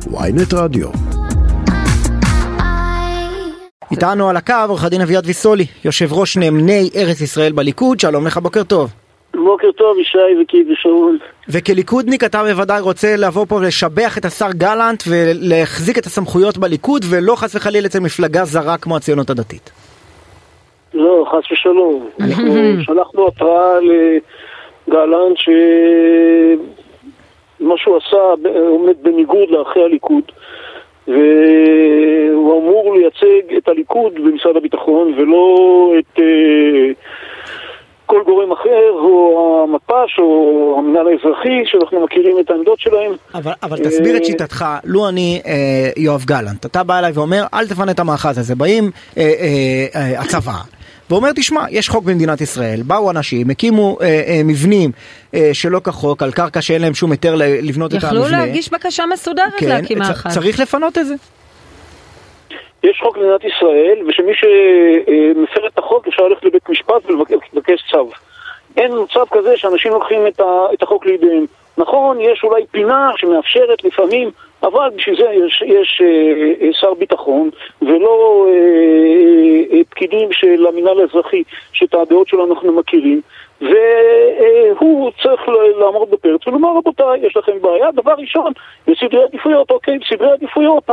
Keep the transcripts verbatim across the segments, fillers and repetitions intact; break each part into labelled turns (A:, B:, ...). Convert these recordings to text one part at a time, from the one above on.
A: וויינט רדיו.
B: איתנו על הקו עורך הדין אביעד ויסולי, יושב ראש נאמני ארץ ישראל בליכוד. שלום לך, בוקר טוב.
C: בוקר טוב, ישי וקיד ושאול.
B: וכליכודניק אתה בוודאי רוצה לבוא פה לשבח את השר גלנט ולהחזיק את הסמכויות בליכוד, ולא חס וחלילה אצל מפלגה זרה כמו הציונות הדתית.
C: לא, חס ושלום. אנחנו שלחנו התראה לגלנט שמה שהוא עשה עומד בניגוד לאחרי הליכוד, והוא אמור לייצג את הליכוד במשרד הביטחון ולא את כל גורם אחר, או המפש או המנהל האזרחי שאנחנו מכירים את העמדות שלהם.
B: אבל, אבל תסביר את שיטתך. לו אני אה, יואב גלנט, אתה בא אליי ואומר אל תפנה את המאחז הזה, באים אה, אה, אה, הצבא ואומר תשמע, יש חוק במדינת ישראל, באו אנשים, הקימו אה, אה, מבנים אה, שלא כחוק, על קרקע שאין להם שום היתר לבנות את המבנה.
D: יכלו להגיש בקשה מסודרת כן, להקים מאחז.
B: צריך לפנות את זה. יש
C: חוק במדינת ישראל, ושמי שמפר את החוק אפשר ללכת לבית משפט ולבקש צו. אין מצב כזה שאנשים לוקחים את, ה, את החוק לידיהם. נכון, יש אולי פינה שמאפשרת לפעמים, אבל בשביל זה יש, יש אה, שר ביטחון, ולא אה, אה, פקידים של המינהל האזרחי, שאת הדעות שלו אנחנו מכירים, והוא צריך לעמוד בפרץ ולומר, רבותיי, יש לכם בעיה. דבר ראשון, בסדרי עדיפויות, אוקיי, בסדרי עדיפויות,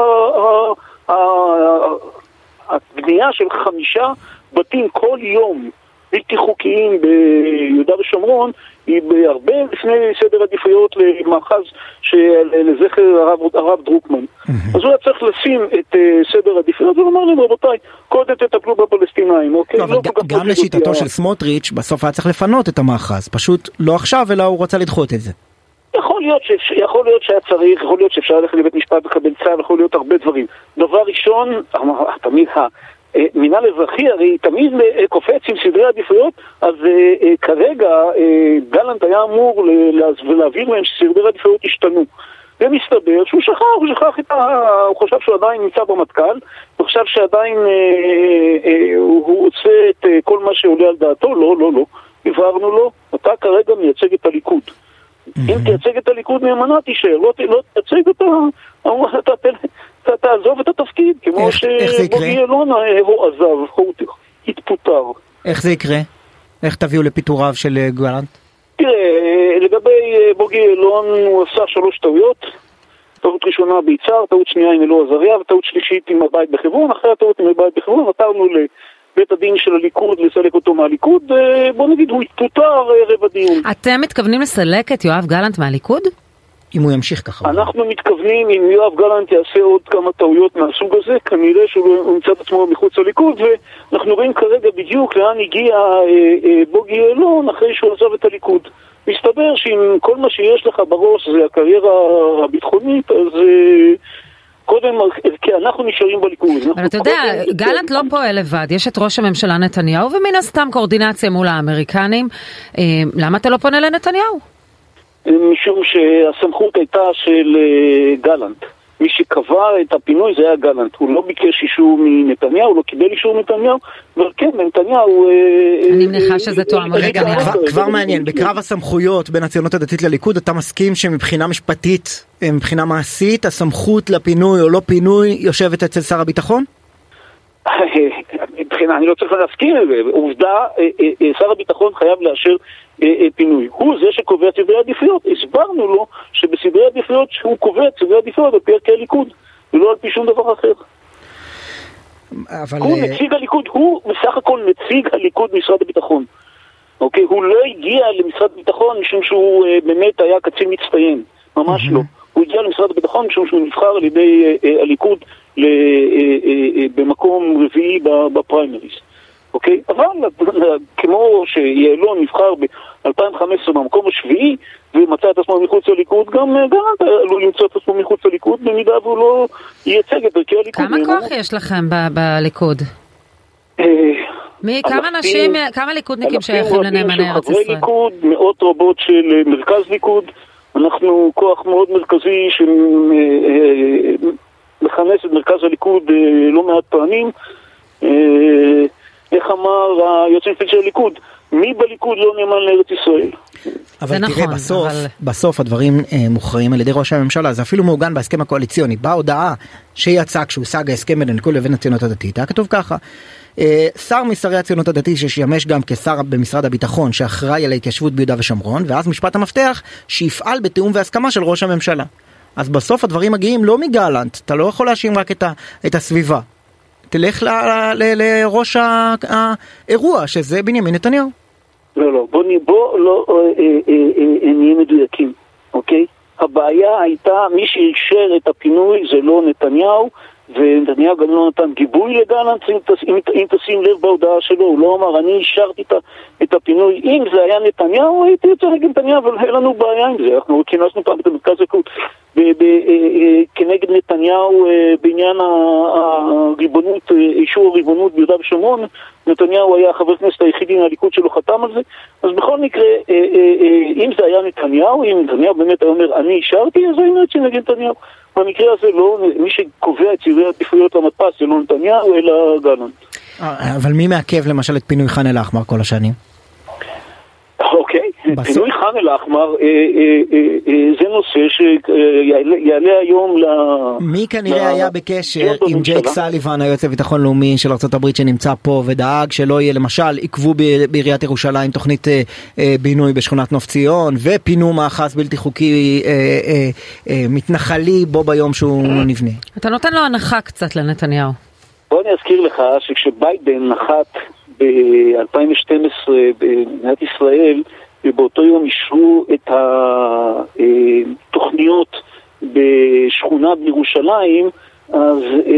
C: הבנייה של חמישה בתים כל יום בלתי חוקיים ביהודה ושומרון היא בהרבה לפני סדר עדיפויות למאחז לזכר הרב, הרב דרוקמן. אז הוא היה צריך לשים את סדר עדיפויות ולומר להם, רבותיי, קודם תטפלו בפלסטינאים, אוקיי?
B: לא, לא גם, גם לשיטתו של סמוטריץ' בסוף היה צריך לפנות את המאחז, פשוט לא עכשיו אלא הוא רצה לדחות את זה.
C: יכול להיות, שאפשר, יכול להיות שהיה צריך, יכול להיות שאפשר ללכת לבית משפט לקבל צו, יכול להיות הרבה דברים. דבר ראשון, תמיד המינהל האזרחי הרי תמיד קופץ עם סדרי עדיפויות, אז כרגע גלנט היה אמור להעביר להם שסדרי עדיפויות השתנו. ומסתבר שהוא שכח, הוא שכח את ה... הוא חושב שהוא עדיין נמצא במטכ"ל, הוא חושב שעדיין הוא עושה את כל מה שעולה על דעתו. לא, לא, לא. הבהרנו לו, אתה כרגע מייצג את הליכוד. אם תייצג את הליכוד נאמנה תישאר, לא תייצג אותה, אתה תעזוב את התפקיד, כמו שבוגי יעלון הוא עזב, הוא התפוטר.
B: איך זה יקרה? איך תביאו לפיטוריו של גלנט?
C: תראה, לגבי בוגי יעלון הוא עשה שלוש טעויות. טעות ראשונה ביצר, טעות שנייה עם אלו עזריה, וטעות שלישית עם הבית בחברון. אחרי הטעות עם הבית בחברון נתרנו לבית הדין של הליכוד לסלק אותו מהליכוד. בוא נגיד, הוא התפוטר רבע דיון.
D: אתם מתכוונים לסלק את יואב גלנט מהליכוד?
B: אם הוא ימשיך ככה.
C: אנחנו מתכוונים, אם יואב גלנט יעשה עוד כמה טעויות מהסוג הזה, כנראה שהוא ימצא את עצמו מחוץ לליכוד, ואנחנו רואים כרגע בדיוק לאן הגיע בוגי יעלון אחרי שהוא עזב את הליכוד. מסתבר שאם כל מה שיש לך בראש זה הקריירה הביטחונית, אז קודם, כי אנחנו נשארים בליכוד.
D: אבל אתה יודע, גלנט לא פועל לבד, יש את ראש הממשלה נתניהו, ומן הסתם קואורדינציה מול האמריקנים. למה אתה לא פונה לנתניהו?
C: משום שהסמכות הייתה של גלנט. מי שקבע את הפינוי זה היה גלנט. הוא לא ביקש אישור מנתניהו, הוא לא קיבל אישור מנתניהו, וכן, נתניהו...
D: אני מניחה שזה תואם.
B: רגע, כבר מעניין, בקרב הסמכויות בין הציונות הדתית לליכוד, אתה מסכים שמבחינה משפטית, מבחינה מעשית, הסמכות לפינוי או לא פינוי יושבת אצל שר הביטחון?
C: מבחינה, אני לא צריך להסכים, עובדה, שר הביטחון חייב לאשר פינוי. הוא זה שקובע סדרי עדיפויות. הסברנו לו שבסדרי עדיפויות שהוא קובע סדרי עדיפויות על פי ערכי הליכוד, ולא על פי שום דבר אחר.
B: אבל...
C: הוא נציג הליכוד, הוא בסך הכל נציג הליכוד משרד הביטחון. אוקיי? הוא לא הגיע למשרד הביטחון משום שהוא באמת היה קצין מצטיין. ממש לא. הוא הגיע למשרד הביטחון משום שהוא נבחר על ידי הליכוד במקום רביעי בפריימריז. אוקיי? אבל כמו שיעלון נבחר ב-אלפיים וחמש עשרה במקום השביעי ומצא את עצמו מחוץ לליכוד, גם גלנט לא ימצא את עצמו מחוץ לליכוד במידה והוא לא ייצג את ערכי הליכוד.
D: כמה כוח יש לכם בליכוד? כמה אנשים, כמה ליכודניקים שייכים לנאמני ארץ ישראל?
C: חברי ליכוד, מאות רבות של מרכז ליכוד. אנחנו כוח מאוד מרכזי שמכנס את מרכז הליכוד לא מעט פעמים. איך אמר היועץ המשפטי של הליכוד, מי בליכוד לא נאמן לארץ ישראל?
B: אבל תראה,
D: נכון,
B: בסוף,
D: אבל...
B: בסוף הדברים אה, מוכרעים על ידי ראש הממשלה, זה אפילו מעוגן בהסכם הקואליציוני, בהודעה שיצא כשהושג ההסכם בין הליכוד לבין הציונות הדתית, היה כתוב ככה, אה, שר משרי הציונות הדתית שישמש גם כשר במשרד הביטחון שאחראי על ההתיישבות ביהודה ושומרון, ואז משפט המפתח שיפעל בתיאום והסכמה של ראש הממשלה. אז בסוף הדברים מגיעים לא מגלנט, אתה לא יכול להאשים רק את, ה, את הסביבה, תלך ל, ל, לראש האירוע שזה בנימין נתניהו.
C: לא, לא, בוא, בוא לא אה, אה, אה, נהיה מדויקים, אוקיי? הבעיה הייתה, מי שאישר את הפינוי זה לא נתניהו, ונתניהו גם לא נתן גיבוי לגלנט, אם, אם, אם תשים לב בהודעה שלו, הוא לא אמר, אני אישרתי את, את הפינוי, אם זה היה נתניהו, הייתי יוצא נגד נתניהו, אבל אין לנו בעיה עם זה, אנחנו כינסנו פעם את המרכז הליכוד כנגד נתניהו בעניין הריבונות, אישור הריבונות ביהודה ושומרון, נתניהו היה חבר כנסת היחידי מהליכוד שלו חתם על זה, אז בכל מקרה, אם זה היה נתניהו, אם נתניהו באמת היה אומר, אני אישרתי, אז היינו יוצאים נגד נתניהו. במקרה הזה לא, מי שקובע את סדרי העדיפויות למדפס זה לא נתניהו, אלא גלנט.
B: אבל מי מעכב למשל את פינוי ח'אן אל-אחמר כל השנים?
C: אוקיי, פינוי ח'אן אל-אחמר זה נושא שיעלה היום ל...
B: מי כנראה היה בקשר עם ג'ייק סליבן, היועץ לביטחון לאומי של ארצות הברית שנמצא פה ודאג שלא יהיה למשל, עיכבו בעיריית ירושלים תוכנית בינוי בשכונת נוף ציון ופינו מאחז בלתי חוקי מתנחלי בו ביום שהוא נבנה.
D: אתה נותן לו הנחה קצת לנתניהו.
C: בוא אני אזכיר לך שכשביידן נחת ב-אלפיים ושתים עשרה במדינת ישראל, ובאותו יום אישרו את התוכניות בשכונה בירושלים, אז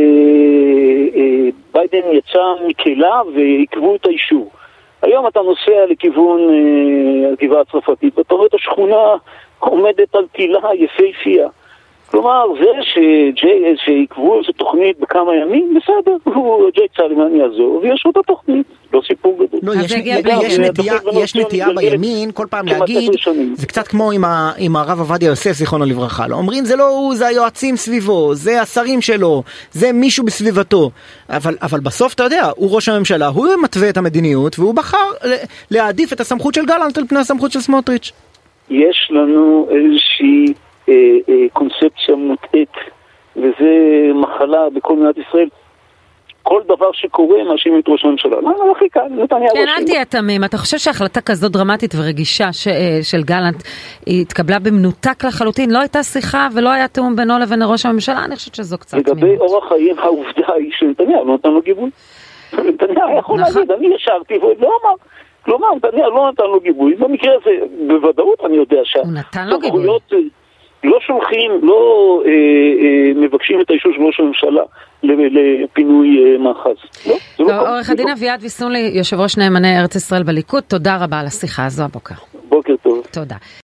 C: ביידן יצא מקלה ועיכבו את האישור. היום אתה נוסע לכיוון הגבעה הצרפתית, ואתה רואה את השכונה עומדת על טילה יפהפייה. כלומר, זה שיקבעו איזו תוכנית בכמה ימים, בסדר, הוא ג'ייק סליבן יעזור, ויש אותה תוכנית, לא סיפור גדול.
B: לא, יש נטייה בימין, כל פעם להגיד, זה קצת כמו עם הרב עובדיה יוסף, זיכרונו לברכה, לא אומרים, זה לא הוא, זה היועצים סביבו, זה השרים שלו, זה מישהו בסביבתו, אבל בסוף אתה יודע, הוא ראש הממשלה, הוא מתווה את המדיניות, והוא בחר להעדיף את הסמכות של גלנט על פני הסמכות של סמוטריץ'.
C: יש לנו איזושהי קונספציה מוטעת, וזה מחלה בכל מדינת ישראל. כל דבר שקורה מאשים את ראש הממשלה. לא, לא, הכי קל, נתניהו.
D: כן, אל תהיה תמים. אתה חושב שהחלטה כזאת דרמטית ורגישה של גלנט התקבלה במנותק לחלוטין? לא הייתה שיחה ולא היה תאום בינו לבין ראש הממשלה? אני חושבת שזו קצת תמימות.
C: לגבי אורח חיים, העובדה היא שנתניהו לא נתן לו גיבוי. נתניהו יכול להגיד, אני ישרתי ולא אמר. כלומר, נתניהו לא נתן לו גיבוי. במקרה הזה, בוודאות אני יודע שהסמכויות לא שולחים, לא אה, אה, מבקשים את האישור של ראש הממשלה לפינוי אה, מאחז. לא, זה לא
D: עורך הדין אביעד ויסולי, יושב ראש נאמני ארץ ישראל בליכוד, תודה רבה על השיחה הזו הבוקר.
C: בוקר טוב.
D: תודה.